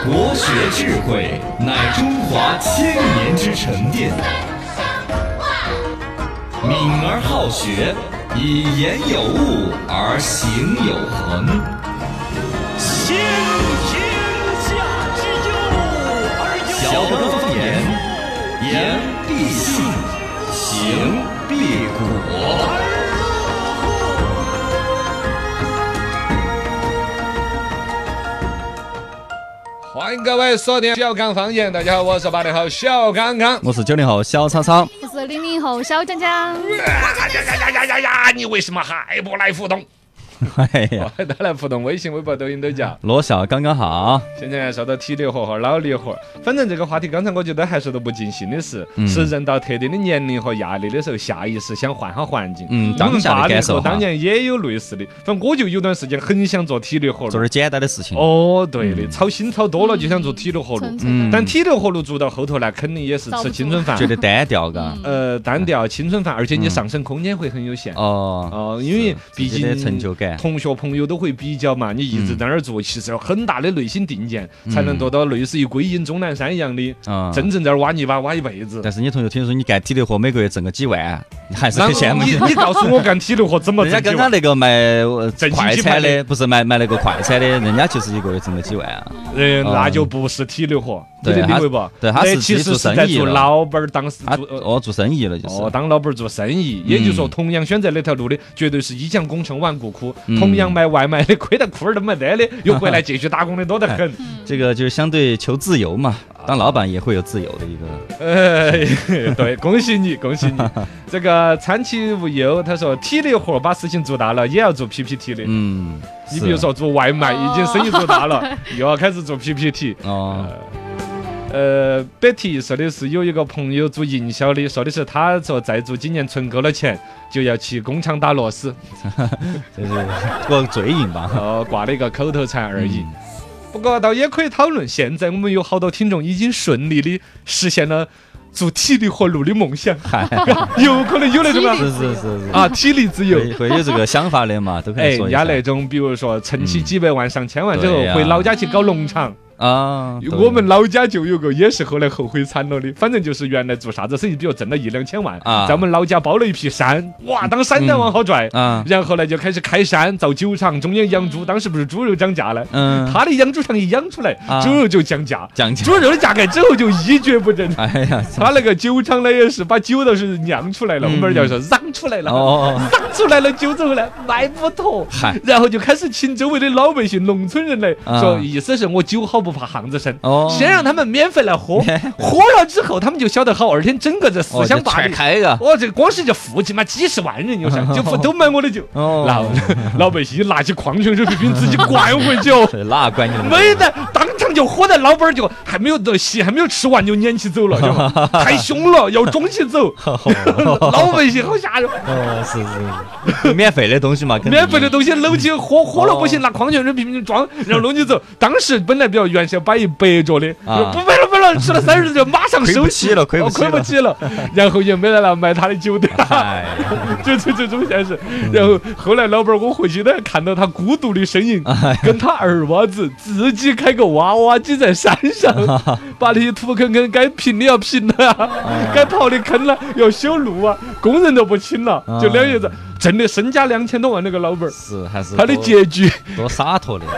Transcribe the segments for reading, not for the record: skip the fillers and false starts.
国学智慧乃中华千年之沉淀。敏而好学，以言有物而行有恒。 先天下之忧而小德方言，言必信，行必果。 欢迎各位锁定小刚方言，大家好，我是80后小刚刚， 我是90后小草草， 我是00后小江江。 呀！你为什么还不来互动？ 哎呀， 都来互动，微信、微博、抖音都叫。 落笑刚刚好。 现在说到体力活和脑力活，反正这个话题，刚才我觉得还是都不尽兴的是，是人到特定的年龄和压力的时候，下意识想换下环境。 当下的感受哈。 当年也有类似的，反正我就有段时间很想做体力活， 做点简单的事情。 哦，对的，操心操多了就想做体力活路，但体力活路做到后头来，肯定也是吃青春饭， 觉得单调嘎。 单调青春饭，而且你上升空间会很有限。因为毕竟成就感， 同学朋友都会比较嘛，你一直在那儿做，其实有很大的内心定见，才能得到类似于归隐终南山一样的，真正在那儿挖泥巴挖一辈子。 但是你同学听说你干体力活每个月挣个几万，你还是很羡慕。 你告诉我干体力活怎么挣？ 人家刚刚那个卖快餐的，不是卖那个快餐的，人家就是一个月挣个几万啊。 那就不是体力活，你理解不？ 对，他是其实是在做老板当做生意了，就是当老板做生意。也就是说，同样选择那条路的，绝对是一将功成万骨枯。同样卖外卖的，亏得裤儿都没得的，又回来继续打工的多得很。 这个就是相对求自由嘛，当老板也会有自由的一个。对，恭喜你，恭喜你。这个参其无忧，他说体力活把事情做大了，也要做 PPT 的。你比如说做外卖，已经生意做大了，又要开始做 PPT。Betty 说的是有一个朋友做营销的，说的是他说在做今年存够了钱，就要去工厂打螺丝。 这是个嘴瘾吧？ 挂了一个口头禅而已。不过倒也可以讨论，现在我们有好多听众已经顺利的实现了做体力活路的梦想，有可能有那种体力自由会有这个想法的嘛，都可以说一下。 那种比如说存起几百万上千万之后，回老家去搞农场。我们老家就有个，也是后来后悔惨了的。反正就是原来做啥子生意，比如挣了1-2千万，在我们老家包了一批山，哇，当山丹往好拽。然后呢就开始开山造酒厂，中间养猪，当时不是猪肉涨价了，他的养猪场一养出来，猪肉就降价，猪肉的价格之后就一蹶不振。哎呀，他那个酒厂呢也是把酒都是酿出来了，我们叫说嚷出来了，嚷出来了酒之后呢卖不脱，然后就开始请周围的老百姓、农村人来说，意思是我酒好不怕巷子深，先让他们免费来喝，喝了之后他们就晓得好，二天整个这思想霸凌，这光是这附近嘛几十万人有上，就都买我的酒，老百姓拿起矿泉水瓶瓶自己灌回去， 那管你没得，当场就喝的，老板就还没有得席，还没有吃完就撵起走了，太凶了，要装起走，老百姓好吓人。 是免费的东西嘛， 免费的东西搂起喝了不行，拿矿泉水瓶瓶装，然后弄起走。当时本来比较原先摆一白桌的，不摆了，吃了30就马上收起了，亏不起了，然后也没得了买他的酒的，就这种现实。然后后来老板我回去呢，看到他孤独的身影，跟他二娃子自己开个挖挖机在山上，把那些土坑该平的要平了，该刨的坑了要修路啊，工人都不请了，就2爷子。挣的身家2000多万那个老板是还是他的结局多洒脱的，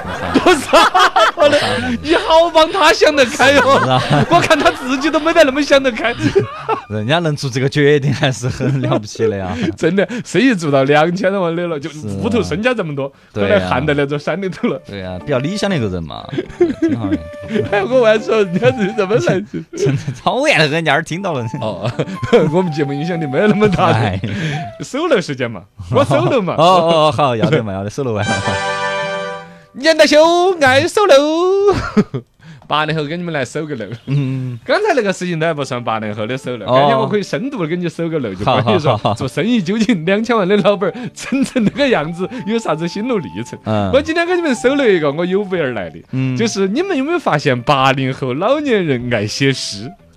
你好帮他想得开哦，我看他自己都没得那么想得开， 人家能做这个决定还是很了不起的呀， 真的生意做到2000多万的了，就屋头身家这么多，后来焊在那座山里头了。 对呀，比较理想的一个人嘛，挺好的。 我还说人家是怎么来着？ 真的讨厌了，人家听到了。 我们节目影响力没有那么大的，收了时间嘛。我收了嘛？ 好，要得嘛，要得收了完。 年代秀爱收楼，80后给你们来收个楼。刚才那个事情都还不算80后的收楼，感觉我可以深度的给你收个楼，就关于说做生意究竟2千万的老板真正那个样子有啥子心路历程。我今天给你们收了一个我有备而来的，就是你们有没有发现80后老年人爱写诗？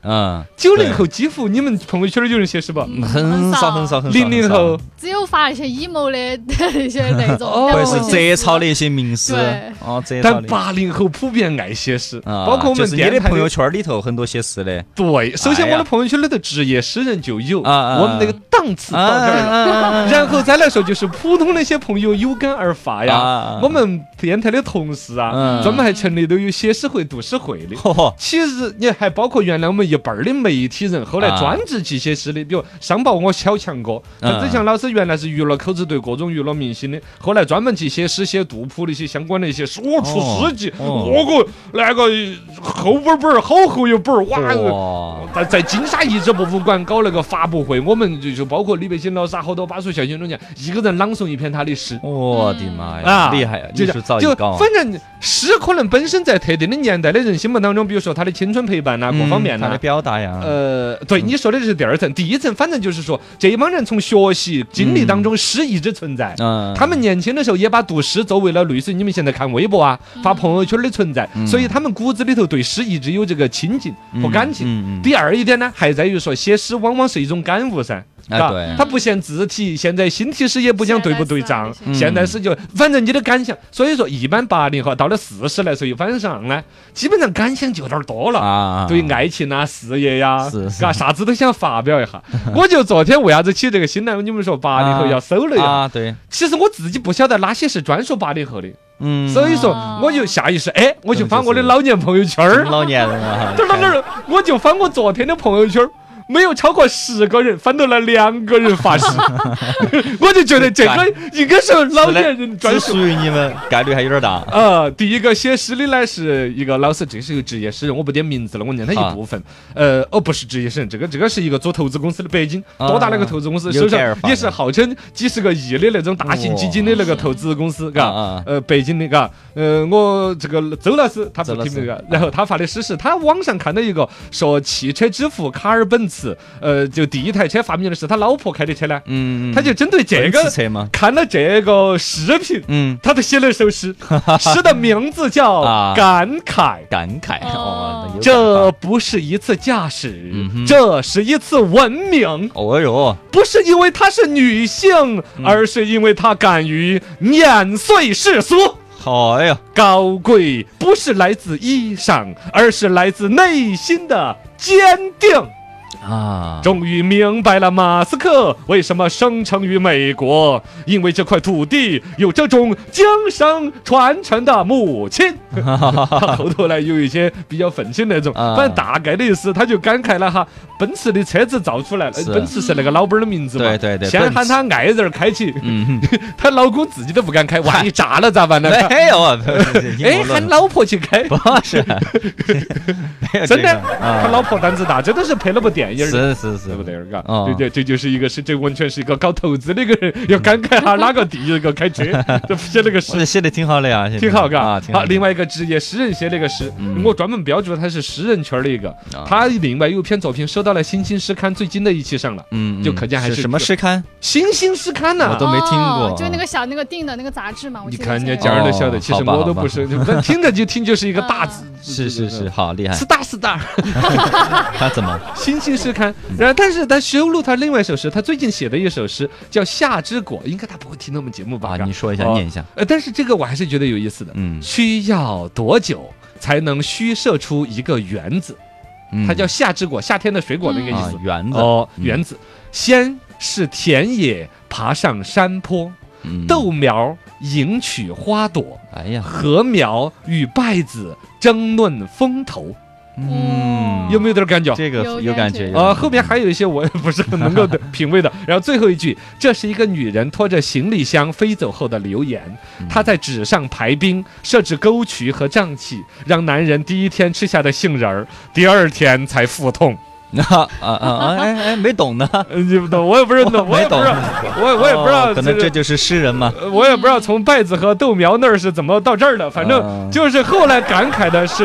90后几乎你们朋友圈有人写诗不？ 很少。 00后只有发那些 emo 的那些那种， 或者是摘抄的一些名诗。 但80后普遍爱写诗，包括我们你的朋友圈里头很多写诗的。 对，首先我的朋友圈里头职业诗人就有，我们那个档次到这儿了。然后再来说就是普通那些朋友有感而发呀，我们电台的同事啊，专门还成立都有写诗会、读诗会的。其实你还包括原来我们一辈儿的媒体人，后来专职去写诗的，比如上报我小强哥，陈志强老师原来是娱乐口子队各种娱乐明星的，后来专门去写诗、写杜甫的一些相关的一些诗，我出诗集，我个那个厚本好厚一本哇！在金沙遗址博物馆搞那个发布会，我们就包括李北新老师好多巴蜀校庆中间，一个人朗诵一篇他的诗。 我的妈呀，厉害呀！艺术造诣高。 反正诗可能本身在特定的年代的人心目当中，比如说他的青春陪伴呐，各方面呐， 他的表达呀。 对，你说的是第二层，第一层反正就是说这一帮人从学习经历当中诗一直存在。他们年轻的时候也把读诗作为了类似于你们现在看微博啊、发朋友圈的存在，所以他们骨子里头对诗一直有这个亲近和感情。第二一点呢，还在于说写诗往往是一种感悟噻。 对， 它不限字体，现在新体诗也不讲对不对仗，现代诗就反正你的感想。所以说，一般80后到了40来岁反上呢，基本上感想就有点多了对爱情啊、事业呀，啥子都想发表一下。我就昨天为啥子起这个心呢？你们说80后要收了呀？ 对， 其实我自己不晓得哪些是专说80后的。所以说我就下意识我就翻我的老年朋友圈老年人啊， 我就翻我昨天的朋友圈。没有超过10个人，翻到了2个人发诗，我就觉得这个应该是老年人专属， 只属于你们，概率还有点大。 第一个写诗的呢是一个老师，这是一个职业诗人，我不点名字了，我念他一部分。不是职业诗人，这个是一个做投资公司的，北京多大那个投资公司，手上也是号称几十个亿的那种大型基金的那个投资公司，北京的，我这个周老师他不听那个，然后他发的诗是，他网上看到一个说汽车之父卡尔本茨。就第一台车发明的是他老婆开的车呢，他就针对这个看了这个视频，他就写了一首诗，诗的名字叫感慨。这不是一次驾驶，这是一次文明。不是因为她是女性，而是因为她敢于碾碎世俗。高贵不是来自衣裳，而是来自内心的坚定。终于明白了马斯克为什么生成于美国，因为这块土地有这种精神传承的母亲。后头来有一些比较愤青那种，反正大概的意思，他就感慨了哈，奔驰的车子造出来了，奔驰是那个老板的名字嘛， 对， 先喊他爱人开起，她老公自己都不敢开，万一炸了咋办呢？喊老婆去开， 不是， 真的，他老婆胆子大，真的是拍了部电影。 是， 对不对？对，这就是一个这完全是一个搞投资的一个人，要感慨下哪个第一个开车，这写了个诗， 写的挺好的呀， 挺好，嘎。好，另外一个职业诗人写了一个诗，我专门标注他是诗人圈的一个，他另外有一篇作品收到了新兴诗刊最近的一期上了，就可见还是什么诗刊？ 新兴诗刊呐， 我都没听过， 就那个小那个订的那个杂志嘛。 你看人家家人都晓得，其实我都不是，听着就听就是一个大字， 是，好厉害， 是大。 他怎么新兴诗刊？然后，但是他收录他另外一首诗，他最近写的一首诗叫《夏之果》，应该他不会听我们节目吧？ 你说一下，念一下。 但是这个我还是觉得有意思的。需要多久才能虚设出一个园子？它叫夏之果，夏天的水果那个意思。 园子园子。先是田野爬上山坡，豆苗迎娶花朵，禾苗与稗子争论风头。有没有点感觉？ 这个有感觉后面还有一些我也不是很能够品味的。然后最后一句，这是一个女人拖着行李箱飞走后的留言。她在纸上排冰，设置沟渠和瘴气，让男人第一天吃下的杏仁儿，第二天才腹痛。 没懂呢， 你不懂，我也不是懂，我也不知道，我也不知道， 可能这就是诗人嘛。 我也不知道从稗子和豆苗那儿是怎么到这儿的，反正就是后来感慨的是。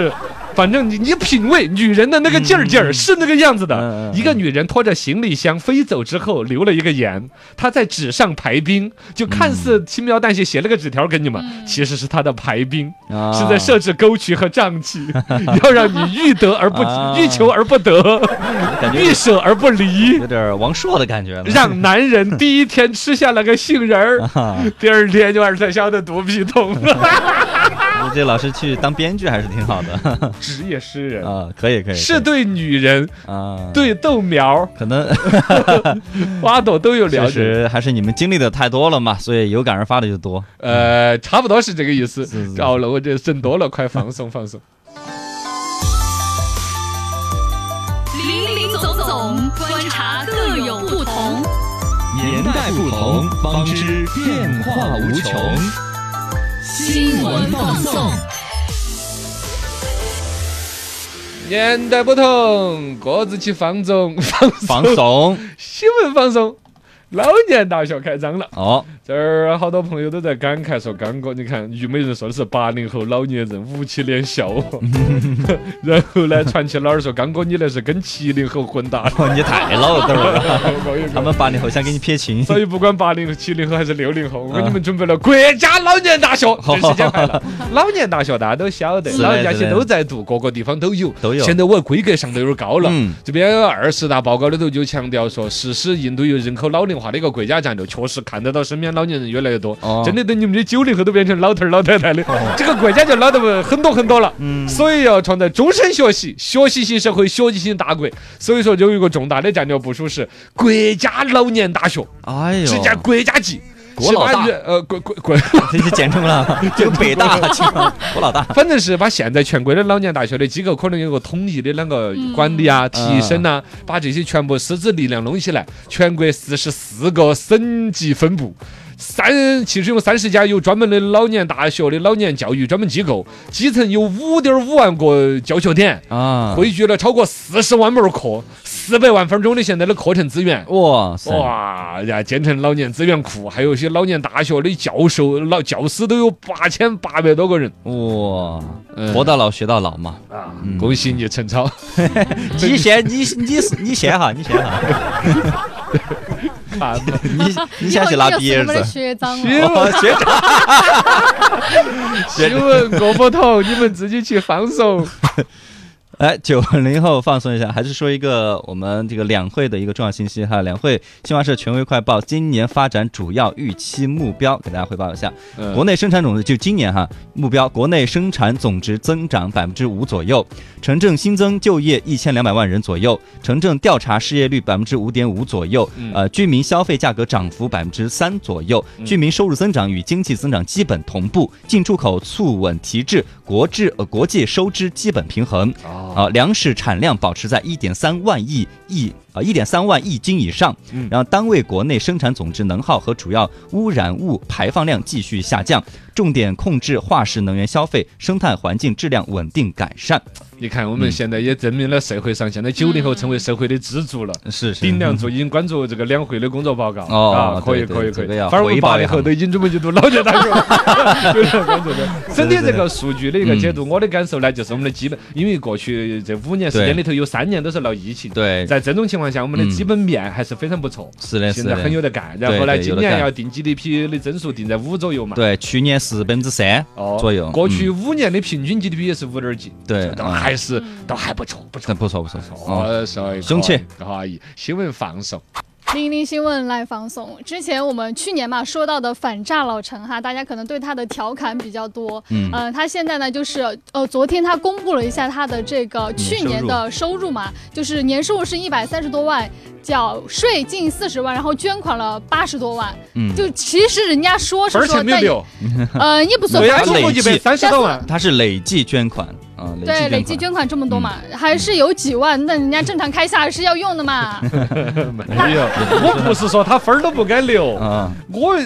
反正你品味女人的那个劲儿是那个样子的。一个女人拖着行李箱飞走之后留了一个言，她在纸上排兵，就看似轻描淡写写了个纸条给你们，其实是她的排兵，是在设置沟渠和瘴气，要让你欲求而不得，欲舍而不离， 有点王朔的感觉。 让男人第一天吃下了个杏仁儿，第二天就才晓得肚皮痛。 这老师去当编剧还是挺好的， 职业诗人啊，可以， 是对女人啊，对豆苗， 可能花朵都有了解， 还是你们经历的太多了嘛，所以有感而发的就多。 差不多是这个意思。搞了，我这整多了，快放松放松。 林林总总，观察各有不同， 年代不同，方知变化无穷。 新闻放送， 年代不同，各自去放松。新闻放松。老年大学开张了哦，这儿好多朋友都在感慨说，刚哥，你看虞美人说的是80后老年人武器连笑，然后呢，传奇老儿说，刚哥你那是跟70后混搭了， 你太老点了，他们80后想给你撇清， 所以不管80后、70后还是60后，我给你们准备了国家老年大学，这时间快了。老年大学大家都晓得，老人家些都在读，各个地方都有。现在我规格上都有点高了，这边20大报告里头就强调说，实施印度有人口老龄化的一个国家战略，确实看得到身边老年人越来越多，真的等你们这90后都变成老头老太太的，这个国家就老得很多了。所以要创造终身学习型社会，学习型大国。所以说有一个重大的战略部署是国家老年大学，直接国家级。 国老大，这就简称了，就北大，国老大。 反正是把现在全国的老年大学的机构可能有个统一的那个管理啊、提升啊，把这些全部师资力量弄起来。全国44个省级分部。其中有30家有专门的老年大学的老年教育专门机构，基层有5.5万个教学点啊，汇聚了超过40万门课，400万分钟的现在的课程资源。哇，建成老年资源库，还有一些老年大学的教师都有8800多个人。 哇，活到老学到老嘛。 恭喜你陈超， 你先哈。你想去拉毕业子？ 学长， 新闻各不同，你们自己去放松。 来，90后放松一下，还是说一个我们这个两会的一个重要信息哈。两会新华社权威快报今年发展主要预期目标给大家汇报一下。国内生产总值就今年目标，国内生产总值增长5%左右，城镇新增就业1200万人左右，城镇调查失业率5.5%左右，居民消费价格涨幅3%左右，居民收入增长与经济增长基本同步，进出口促稳提质，国际收支基本平衡。粮食产量保持在1.3万亿斤以上，然后单位国内生产总值能耗和主要污染物排放量继续下降，重点控制化石能源消费，生态环境质量稳定改善。 你看，我们现在也证明了社会上现在90后成为社会的支柱了。是顶梁柱已经关注这个两会的工作报告可以。反而我们80后都已经准备去读老年大学了，有点关注的。整体这个数据的一个解读，我的感受呢，就是我们的基本，因为过去这5年时间里头有3年都是闹疫情，对，在这种情况下，我们的基本面还是非常不错。是的，现在很有得干。然后呢，今年要定 GDP 的增速定在5左右嘛。 对，去年3%左右。 过去5年的平均 GDP 也是5.几。对，都还不错。 雄起， 可以。新闻放送。 00新闻来放送。之前我们去年嘛说到的反诈老陈哈，大家可能对他的调侃比较多。他现在呢就是昨天他公布了一下他的这个去年的收入嘛，就是年收入是130多万，缴税近40万，然后捐款了80多万。就其实人家说是说，但也不说 130多万， 他是累计捐款。 对，累计捐款这么多嘛，还是有几万，那人家正常开销还是要用的嘛。 没有，我不是说他分儿都不该留，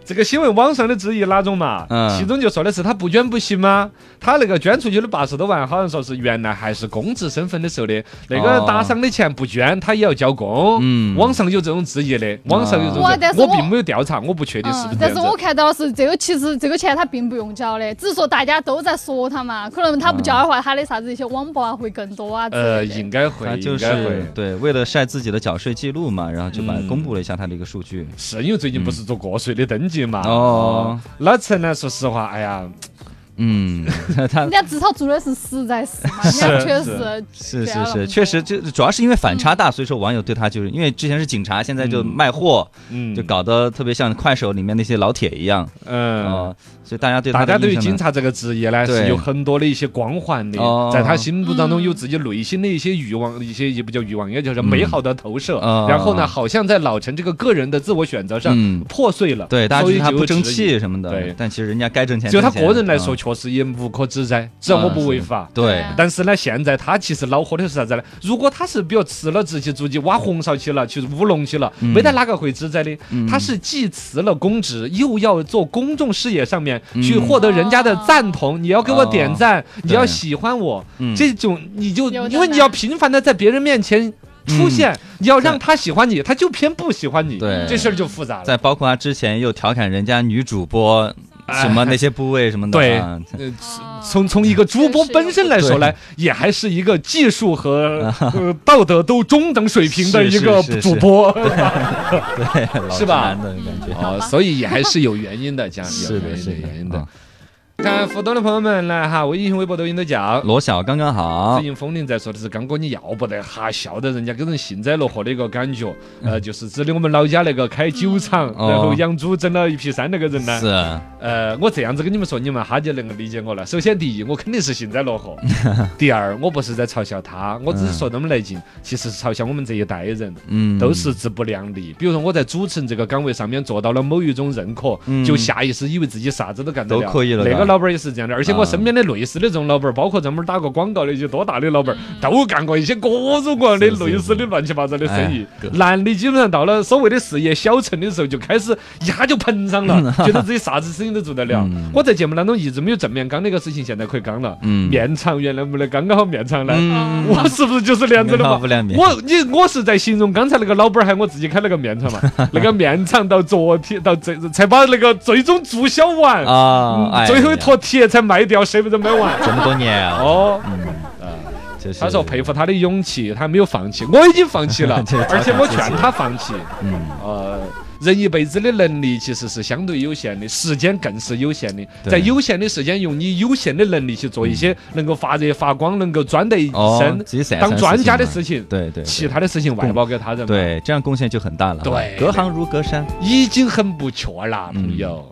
这个新闻网上的质疑哪种嘛？其中就说的是他不捐不行吗？他那个捐出去的80多万，好像说是原来还是公职身份的时候的，那个打赏的钱不捐，他也要交公。网上有这种质疑的，网上有这种，我并没有调查，我不确定是不是这样子。 但是我看到是这个，其实这个钱他并不用交的，只是说大家都在说他嘛，可能他不交的话，他的啥子一些网暴啊会更多啊。 应该会， 就是对，为了晒自己的缴税记录嘛，然后就公布了一下他的一个数据。 是因为最近不是做过税的登记嘛？那陈呢？说实话，哎呀。 人家至少做的是实在事嘛，人家确实，就主要是因为反差大，所以说网友对他就是因为之前是警察，现在就卖货，就搞得特别像快手里面那些老铁一样，所以大家对于警察这个职业呢是有很多的一些光环的，在他心目当中有自己内心的一些欲望，一些也不叫欲望，也就是美好的投射。然后呢，好像在老陈这个个人的自我选择上破碎了， 对，大家觉得他不争气什么的，对，但其实人家该挣钱。 就他个人来说，确实也无可指摘，只要我不违法。 对， 但是呢，现在他其实恼火的是啥子呢？如果他是比如辞了职去自己挖红烧去了，去乌龙去了，没得哪个会指摘的。他是既辞了公职，又要做公众事业上面去获得人家的赞同，你要给我点赞，你要喜欢我，这种你就因为你要频繁的在别人面前出现，你要让他喜欢你，他就偏不喜欢你，这事儿就复杂了。 再包括他之前又调侃人家女主播什么那些部位什么的， 对，从一个主播本身来说呢，也还是一个技术和道德都中等水平的一个主播， 对， 是吧？ 的感觉， 所以也还是有原因的，这样是的， 原因的。看互动的朋友们来哈，微信、微博、抖音都叫罗小刚刚好。 最近风铃在说的是刚哥，你要不得哈，笑得人家给人幸灾乐祸的一个感觉。就是指的我们老家那个开酒厂，然后养猪整了一批山那个人呢。 是。 我这样子跟你们说，你们哈就能够理解我了。首先，第一，我肯定是幸灾乐祸；第二，我不是在嘲笑他，我只是说那么来劲，其实是嘲笑我们这一代人，都是自不量力。比如说我在主持人这个岗位上面做到了某一种认可，就下意识以为自己啥子都干得了， 都可以了。 那个老板也是这样的，而且我身边的类似的这种老板，包括专门打过广告的一些多大的老板，都干过一些各种各样的类似的乱七八糟的生意。男的基本上到了所谓的事业小成的时候，就开始一下就膨胀了，觉得自己啥子事情都做得了。我在节目当中一直没有正面刚那个事情，现在可以刚了。面场原来没得刚刚好面场来，我是不是就是那样子的嘛？我是在形容刚才那个老板喊我自己开了个面场嘛，那个面场到昨天到这才把那个最终注销完啊，最后一坨铁才卖掉，谁不是买完？ 这么多年啊！ 他说佩服他的勇气，他没有放弃，我已经放弃了，而且我劝他放弃。人一辈子的能力其实是相对有限的，时间更是有限的。在有限的时间，用你有限的能力去做一些能够发热发光、能够钻得一身、当专家的事情。 对， 其他的事情外包给他人。 对，这样贡献就很大了。 对， 隔行如隔山， 已经很不错了，朋友。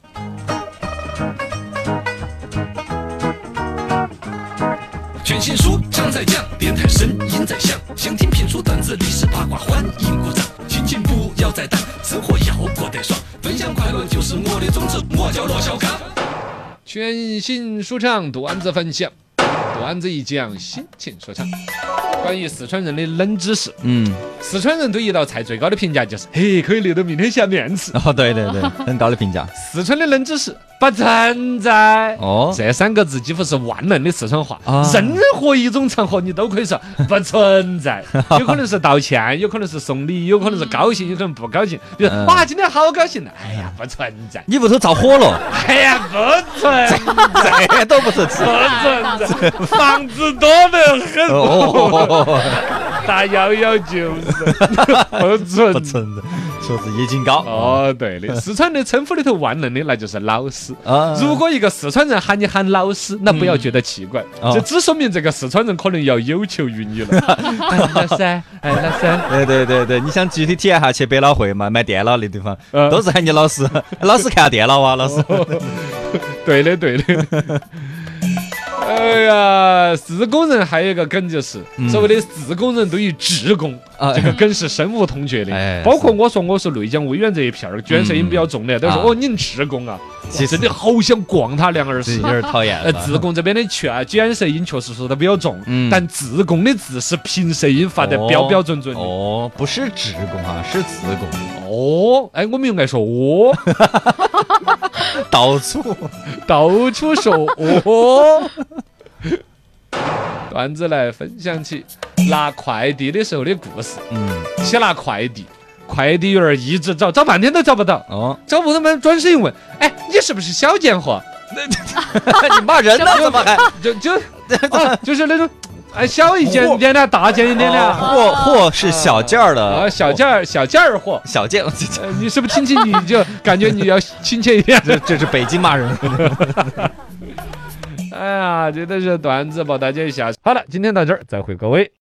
全新书唱在讲，电台声音在响，想听评书段子历史八卦，欢迎鼓掌。心情不要再淡，生活要过得爽，分享快乐就是我的宗旨，我叫罗小刚。 全新书唱段子分享，段子一讲，心情说唱。关于四川人的冷知识，四川人对一道菜最高的评价就是嘿，可以留到明天下面吃。 对，很高的评价。 四川的冷知识不存在这三个字几乎是万能的四川话，任何一种场合你都可以说不存在。有可能是道歉，有可能是送礼，有可能是高兴，有可能不高兴。比如哇，今天好高兴，哎呀，不存在。 你屋头着火了， 哎呀，不存在， 这都不是吃， 不存在，房子多得很。打119是不存在， 说是叶金高。 对的，四川的称呼里头万能的那就是老师。如果一个四川人喊你喊老师，那不要觉得奇怪，这只说明这个四川人可能要有求于你了。老师，老师， 对，你想具体体验下去百老汇嘛，买电脑的地方，都是喊你老师，老师看下电脑啊，老师。 对的。哎呀，自贡人还有一个梗，就是所谓的自贡人对于职工这个梗是深恶痛绝的。包括我是内江威远这一片儿卷舌音比较重的，都说您职工啊，真的好想逛他两耳屎， 有点讨厌。 自贡这边的卷舌音确实说的比较重，但自贡的字是平舌音发的标标准准的。 不是职工啊，是自贡。 我们用来说到处说哦。段子来分享起拿快递的时候的故事。先拿快递员一直找半天都找不到。找不到嘛，转身一问，哎，你是不是小贱货？ 你骂人呢？怎么还就是那种。小一点点的，大件一点的， 货是小件儿的， 小件儿货， 小件。 你是不是亲戚？你就感觉你要亲切一点。 这是北京骂人。 哎呀，这都是段子，报大家一下。好了，今天到这儿，再会各位。